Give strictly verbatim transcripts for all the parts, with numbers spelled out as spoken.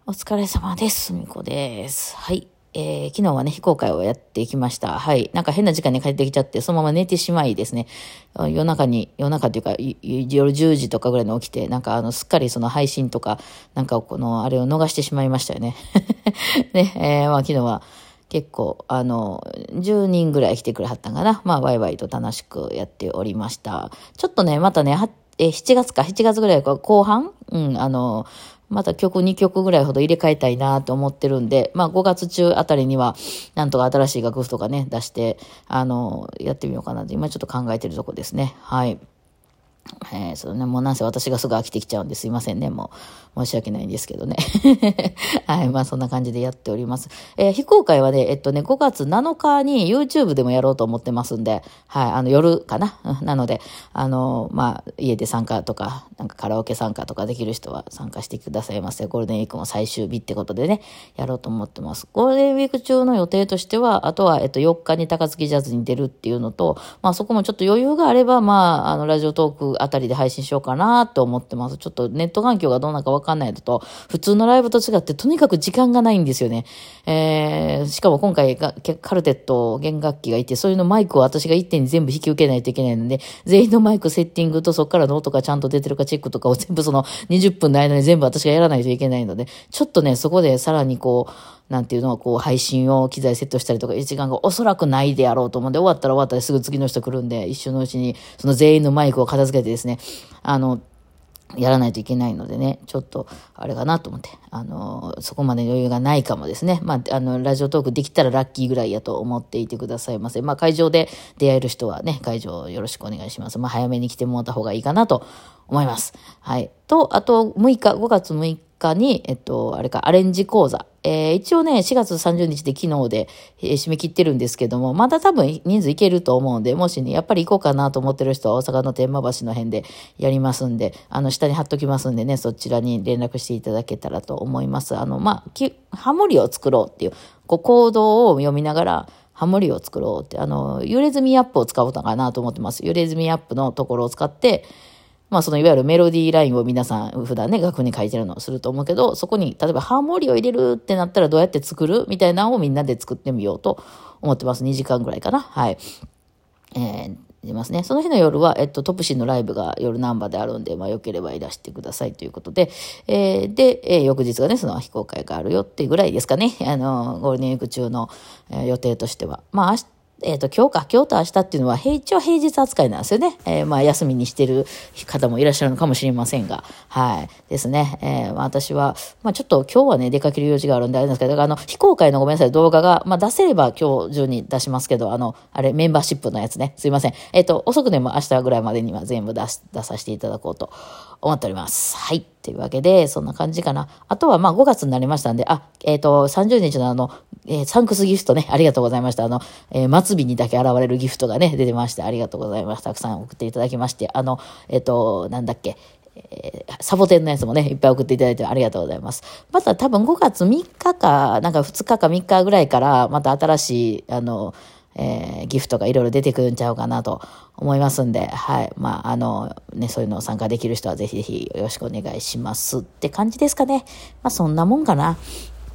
お疲れ様です。みこです。はい。えー、昨日はね、非公開をやってきました。はい。なんか変な時間に帰ってきちゃって、そのまま寝てしまいですね。夜中に、夜中っていうか、夜じゅうじとかぐらいに起きて、なんかあの、すっかりその配信とか、なんかこの、あれを逃してしまいましたよね。ね、えー、まあ昨日は、結構、あの、じゅうにんぐらい来てくれはったんかな。まあ、ワイワイと楽しくやっておりました。ちょっとね、またね、はえー、しちがつか、しちがつぐらいか、後半うん、あの、また曲にきょくぐらいほど入れ替えたいなと思ってるんで、まあごがつ中あたりには、なんとか新しい楽譜とかね、出して、あの、やってみようかなと、今ちょっと考えてるとこですね。はい。えー、そうね、もうなんせ私がすぐ飽きてきちゃうんですいませんね。もう、申し訳ないんですけどね。はい、まあそんな感じでやっております。えー、非公開はね、えっとね、ごがつなのかに YouTube でもやろうと思ってますんで、はい、あの夜かな。なので、あの、まあ家で参加とか、なんかカラオケ参加とかできる人は参加してくださいませ。ゴールデンウィークも最終日ってことでね、やろうと思ってます。ゴールデンウィーク中の予定としては、あとは、えっと、よっかに高槻ジャズに出るっていうのと、まあそこもちょっと余裕があれば、まあ、あの、ラジオトークあたりで配信しようかなと思ってます。ちょっとネット環境がどうなのかわかんないのと、普通のライブと違ってとにかく時間がないんですよね。えー、しかも今回がカルテット弦楽器がいて、そういうのマイクを私が一点に全部引き受けないといけないので、全員のマイクセッティングとそこからの音がちゃんと出てるかチェックとかを全部そのにじゅっぷんの間に全部私がやらないといけないので、ちょっとね、そこでさらにこう、なんていうのはこう配信を機材セットしたりとかいう時間がおそらくないであろうと思うんで、終わったら終わったらすぐ次の人来るんで、一瞬のうちにその全員のマイクを片付けてですね、あの、やらないといけないのでね、ちょっと、あれかなと思って、あの、そこまで余裕がないかもですね。まあ、あの、ラジオトークできたらラッキーぐらいやと思っていてくださいませ。まあ、会場で出会える人はね、会場よろしくお願いします。まあ、早めに来てもらった方がいいかなと思います。はい。と、あと、むいか、ごがつむいかに、えっと、あれか、アレンジ講座。えー、一応ね、しがつさんじゅうにちで昨日で、えー、締め切ってるんですけども、まだ多分人数いけると思うんで、もしね、やっぱり行こうかなと思ってる人は大阪の天満橋の辺でやりますんで、あの、下に貼っときますんでね、そちらに連絡していただけたらと思います。あの、まあ、きハモリを作ろうっていう、こう、行動を読みながら、ハモリを作ろうって、あの、揺れ墨アップを使おうかなと思ってます。揺れ墨アップのところを使って、まあそのいわゆるメロディーラインを皆さん普段ね楽譜に書いてるのをすると思うけど、そこに例えばハーモニーを入れるってなったらどうやって作るみたいなのをみんなで作ってみようと思ってます。にじかんぐらいかな。はい。えー、出ますね。その日の夜は、えっと、トップシーのライブが夜ナンバーであるんで、まあ、よければいらしてくださいということで、えー、で、えー、翌日がね、その非公開があるよっていうぐらいですかね。あの、ゴールデンウィーク中の、えー、予定としては。まあ、明日えっと、今日か、今日と明日っていうのは、平一応平日扱いなんですよね。えー、まあ、休みにしてる方もいらっしゃるのかもしれませんが、はい。ですね。えー、まあ、私は、まあ、ちょっと今日はね、出かける用事があるんであれなんですけど、だからあの、非公開のごめんなさい、動画が、まあ、出せれば今日中に出しますけど、あの、あれ、メンバーシップのやつね。すいません。えっと、遅くでも明日ぐらいまでには全部出し、出させていただこうと思っております。はい。というわけで、そんな感じかな。あとは、まあ、ごがつになりましたんで、あ、えっと、さんじゅうにちのあの、えー、サンクスギフトね、ありがとうございました。あの、えー、末尾にだけ現れるギフトがね、出てまして、ありがとうございます。たくさん送っていただきまして、あの、えっと、なんだっけ、えー、サボテンのやつもね、いっぱい送っていただいてありがとうございます。また多分ごがつみっかか、なんかふつかかみっかぐらいから、また新しい、あの、えー、ギフトがいろいろ出てくるんちゃうかなと思いますんで、はい。まあ、あの、ね、そういうのを参加できる人はぜひぜひよろしくお願いしますって感じですかね。まあ、そんなもんかな。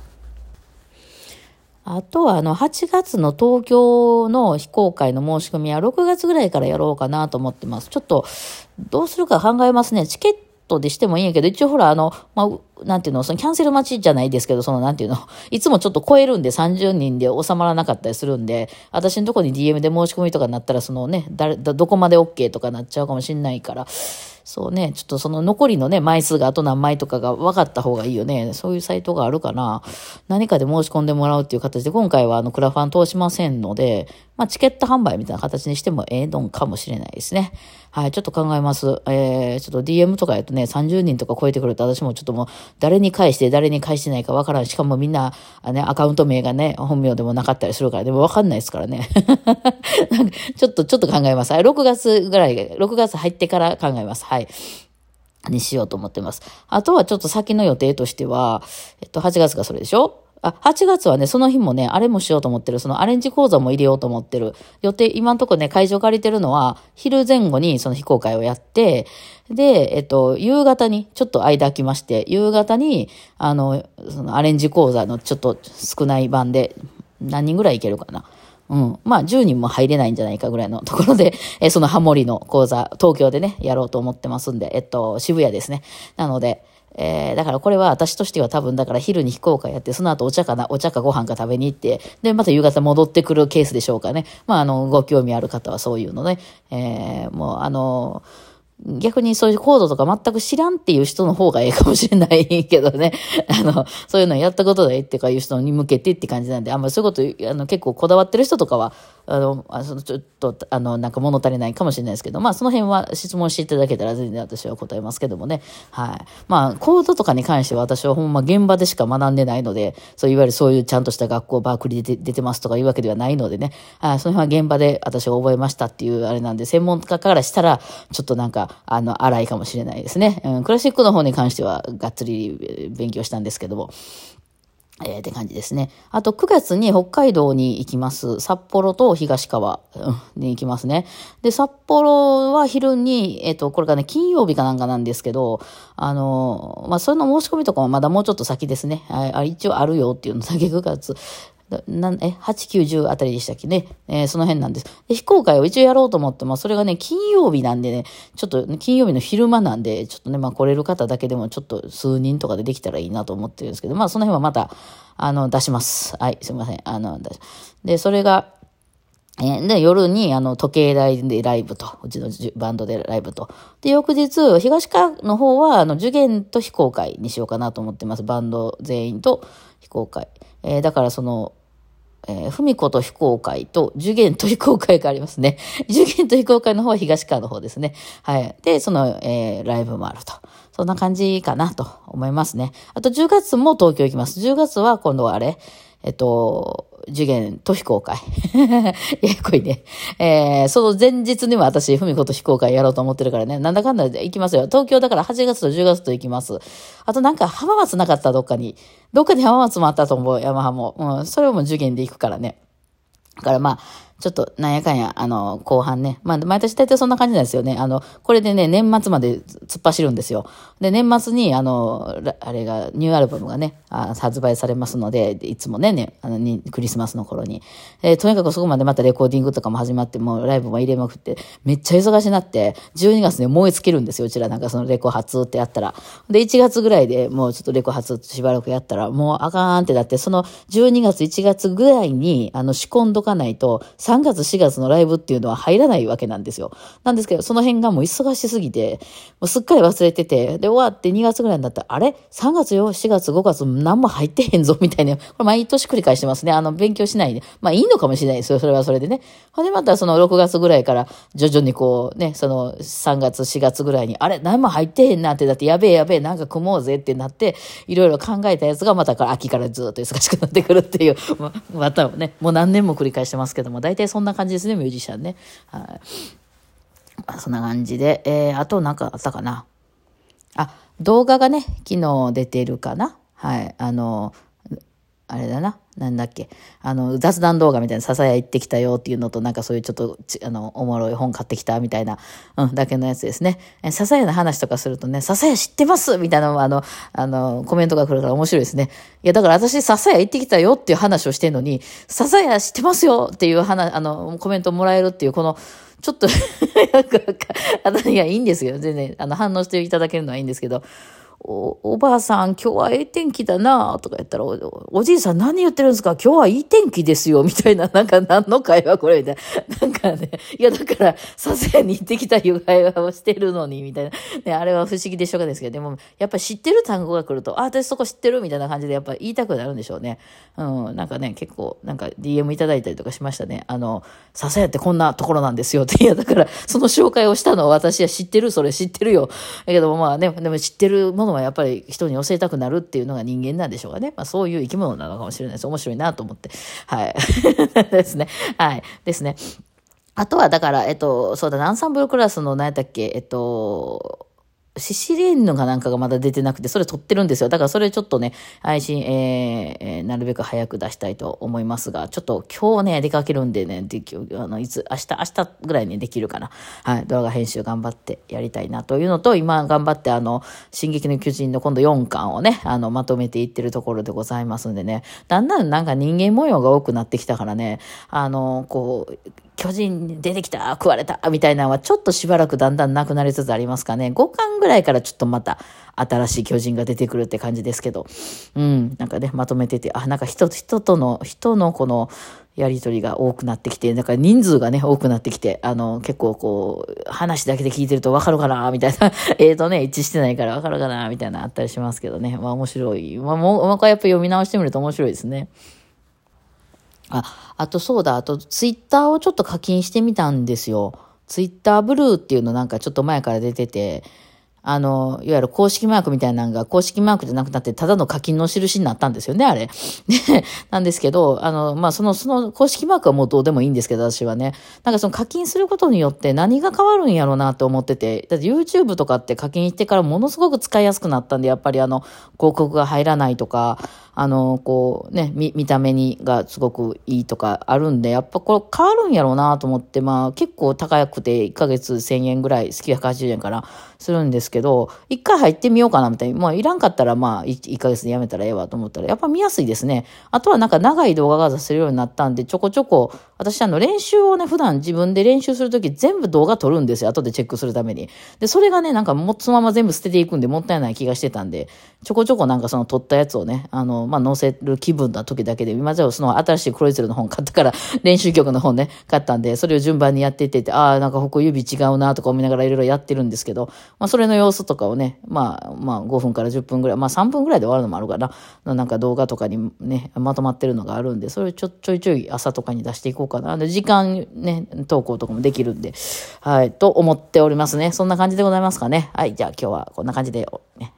あとは、あの、はちがつの東京の非公開の申し込みはろくがつぐらいからやろうかなと思ってます。ちょっと、どうするか考えますね。チケットでしてもいいんやけど、一応ほら、あの、まあ、なんていうの、そのキャンセル待ちじゃないですけど、その、なんていうの、いつもちょっと超えるんでさんじゅうにんで収まらなかったりするんで、私のとこに ディーエム で申し込みとかになったら、そのね、誰、どこまで OK とかなっちゃうかもしんないから、そうね、ちょっとその残りのね、枚数があと何枚とかが分かった方がいいよね。そういうサイトがあるかな。何かで申し込んでもらうっていう形で、今回はあの、クラファン通しませんので、まあ、チケット販売みたいな形にしてもええのかもしれないですね。はい、ちょっと考えます。えー、ちょっと ディーエム とかやとね、さんじゅうにんとか超えてくると私もちょっともう、誰に返して誰に返してないか分からん。しかもみんな、あね、アカウント名がね、本名でもなかったりするから、でも分かんないですからね。なんかちょっと、ちょっと考えます。ろくがつぐらい、ろくがつ入ってから考えます。はい。にしようと思ってます。あとはちょっと先の予定としては、えっと、はちがつがそれでしょあ、はちがつはね、その日もね、あれもしようと思ってる。そのアレンジ講座も入れようと思ってる。予定、今のところね、会場借りてるのは、昼前後にその非公開をやって、で、えっと、夕方に、ちょっと間空きまして、夕方に、あの、そのアレンジ講座のちょっと少ない版で、何人ぐらいいけるかな。うん。まあ、じゅうにんも入れないんじゃないかぐらいのところで、え、そのハモリの講座、東京でね、やろうと思ってますんで、えっと、渋谷ですね。なので、えー、だからこれは私としては多分だから昼に非公開やって、その後お茶かな、お茶かご飯か食べに行って、で、また夕方戻ってくるケースでしょうかね。まあ、あの、ご興味ある方はそういうのね、えー、もうあの、逆にそういうコードとか全く知らんっていう人の方がいいかもしれないけどね。あの、そういうのやったことないってかいう人に向けてって感じなんで、あんまりそういうこと、あの、結構こだわってる人とかは、あの、あそのちょっと、あの、なんか物足りないかもしれないですけど、まあその辺は質問していただけたら全然私は答えますけどもね。はい。まあ、コードとかに関しては私はほんま現場でしか学んでないので、そういわゆるそういうちゃんとした学校、バークリーで出てますとかいうわけではないのでね。あ、その辺は現場で私は覚えましたっていうあれなんで、専門家からしたら、ちょっとなんか、あの、荒いかもしれないですね。うん、クラシックの方に関しては、がっつり勉強したんですけども。えー、って感じですね。あとくがつに北海道に行きます。札幌と東川に行きますね。で、札幌は昼に、えっと、これがね、金曜日かなんかなんですけど、あの、まあ、それの申し込みとかもまだもうちょっと先ですね。あ、一応あるよっていうのだけくがつ。なえ、はち、きゅう、じゅうあたりでしたっけね。えー、その辺なんです。で、非公開を一応やろうと思って、まあ、それがね、金曜日なんでね、ちょっと、ね、金曜日の昼間なんで、ちょっとね、まあ、来れる方だけでもちょっと数人とかでできたらいいなと思ってるんですけど、まあ、その辺はまた、あの、出します。はい、すいません。あの、で、それが、えー、で、夜に、あの、時計台でライブと、うちのバンドでライブと。で、翌日、東川の方は、あの、受験と非公開にしようかなと思ってます。バンド全員と非公開。えー、だからその、えー、ふみこと非公開と、受験と非公開がありますね。受験と非公開の方は東川の方ですね。はい。で、その、えー、ライブもあると。そんな感じかなと思いますね。あとじゅうがつも東京行きます。じゅうがつは今度はあれ、えっと、受験と非公開。ややこいね。えー、その前日にも私、ふみこと非公開やろうと思ってるからね。なんだかんだで行きますよ。東京だからはちがつとじゅうがつと行きます。あとなんか浜松なかったどっかに。どっかに浜松もあったと思う、ヤマハも。うん、それも受験で行くからね。だからまあ、ちょっと、なんやかんや、あの、後半ね。まあ、毎年大体そんな感じなんですよね。あの、これでね、年末まで突っ走るんですよ。で、年末に、あの、あれが、ニューアルバムがね、あ発売されますので、いつもね、ね、あの、にクリスマスの頃に。えー、とにかくそこまでまたレコーディングとかも始まって、もうライブも入れまくって、めっちゃ忙しになって、じゅうにがつで燃え尽きるんですよ、うちらなんかそのレコ発ってやったら。で、いちがつぐらいでもうちょっとレコ発しばらくやったら、もうあかんってなって、そのじゅうにがつ、いちがつぐらいに、あの、仕込んどかないと、さんがつ、しがつのライブっていうのは入らないわけなんですよ。なんですけど、その辺がもう忙しすぎて、もうすっかり忘れてて、で、終わってにがつぐらいになったら、あれ ?さんがつよ、しがつ、ごがつ、何も入ってへんぞ、みたいな。これ毎年繰り返してますね。あの、勉強しないで。まあ、いいのかもしれないですよ。それはそれでね。ほんで、またそのろくがつぐらいから、徐々にこう、ね、そのさんがつ、しがつぐらいに、あれ何も入ってへんなって、だってやべえやべえ、なんか組もうぜってなって、いろいろ考えたやつがまたから秋からずっと忙しくなってくるっていう、ままたね、もう何年も繰り返してますけども、大体そんな感じですね、ミュージシャンね。はい。まあ、そんな感じで、えー、あとなんかあったかな。あ、動画がね、昨日出てるかな。はい。あの、あれだな。なんだっけ。あの、雑談動画みたいな、笹屋行ってきたよっていうのと、なんかそういうちょっと、あの、おもろい本買ってきたみたいな、うん、だけのやつですね。え、笹屋の話とかするとね、笹屋知ってますみたいなのも、あの、あの、コメントが来るから面白いですね。いや、だから私、笹屋行ってきたよっていう話をしてんのに、笹屋知ってますよっていう話、あの、コメントもらえるっていう、この、ちょっとなんか、あの、いや、いいんですよ。全然、あの、反応していただけるのはいいんですけど、お、おばあさん、今日はええ天気だなとか言ったら、お、おじいさん何言ってるんですか今日はいい天気ですよみたいな、なんか何の会話これみたいな。なんかね、いやだから、さすがに行ってきたいう会話をしてるのに、みたいな。ね、あれは不思議でしょうがないですけど、でも、やっぱり知ってる単語が来ると、あ、私そこ知ってるみたいな感じで、やっぱり言いたくなるんでしょうね。うん、なんかね、結構、なんか ディーエム いただいたりとかしましたね。あの、ささやってこんなところなんですよって。いや、だから、その紹介をしたのは私は知ってる、それ知ってるよ。だけどもまあね、でも知ってるものはやっぱり人に教えたくなるっていうのが人間なんでしょうかね。まあそういう生き物なのかもしれないです。面白いなと思って。はい。ですね。はい。ですね。あとはだから、えっと、そうだ、アンサンブルクラスの何やったっけ、えっと、 シシリーヌがなんかがまだ出てなくて、それ撮ってるんですよ。だからそれちょっとね、配信、えーえー、なるべく早く出したいと思いますが、ちょっと今日ね、出かけるんでね、であのいつ、明日、明日ぐらいにできるかな。はい、動画編集頑張ってやりたいなというのと、今頑張ってあの、進撃の巨人の今度よんかんをね、あの、まとめていってるところでございますんでね、だんだんなんか人間模様が多くなってきたからね、あの、こう、巨人出てきた、食われた、みたいなのはちょっとしばらくだんだんなくなりつつありますかね。ごかんぐらいからちょっとまた新しい巨人が出てくるって感じですけど。うん、なんかね、まとめてて、あ、なんか人、人との、人のこの、やりとりが多くなってきて、なんか人数がね、多くなってきて、あの、結構こう、話だけで聞いてるとわかるかなみたいな、えーとね、一致してないからわかるかなみたいなあったりしますけどね。まあ面白い。まあもう、もう一回やっぱ読み直してみると面白いですね。あ、あとそうだ、あとツイッターをちょっと課金してみたんですよ。ツイッターブルーっていうのなんかちょっと前から出てて、あの、いわゆる公式マークみたいなのが公式マークじゃなくなってただの課金の印になったんですよね、あれ。で、なんですけど、あの、まあ、その、その公式マークはもうどうでもいいんですけど、私はね。なんかその課金することによって何が変わるんやろうなと思ってて、だって YouTube とかって課金してからものすごく使いやすくなったんで、やっぱりあの、広告が入らないとか、あの、こうね、見、見た目にがすごくいいとかあるんで、やっぱこれ変わるんやろうなと思って、まあ結構高くていっかげつせんえんぐらい、きゅうひゃくはちじゅうえんかな、するんですけど、一回入ってみようかなみたいに、まあいらんかったらまあいっかげつでやめたらええわと思ったら、やっぱ見やすいですね。あとはなんか長い動画が出せるようになったんで、ちょこちょこ、私あの練習をね、普段自分で練習するとき全部動画撮るんですよ。後でチェックするために。で、それがね、なんかもそのまま全部捨てていくんでもったいない気がしてたんで、ちょこちょこなんかその撮ったやつをね、あの、まあ載せる気分な時だけで、今じゃその新しいクロイツルの本買ったから、練習曲の本ね、買ったんで、それを順番にやっていってて、ああ、なんかここ指違うなとか思いながらいろいろやってるんですけど、まあそれの様子とかをね、まあまあごふんからじゅっぷんぐらい、まあさんぷんぐらいで終わるのもあるかな、なんか動画とかにね、まとまってるのがあるんで、それをちょ、ちょいちょい朝とかに出していこうかな。で、時間ね、投稿とかもできるんで、はい、と思っておりますね。そんな感じでございますかね。はい、じゃあ今日はこんな感じで、ね。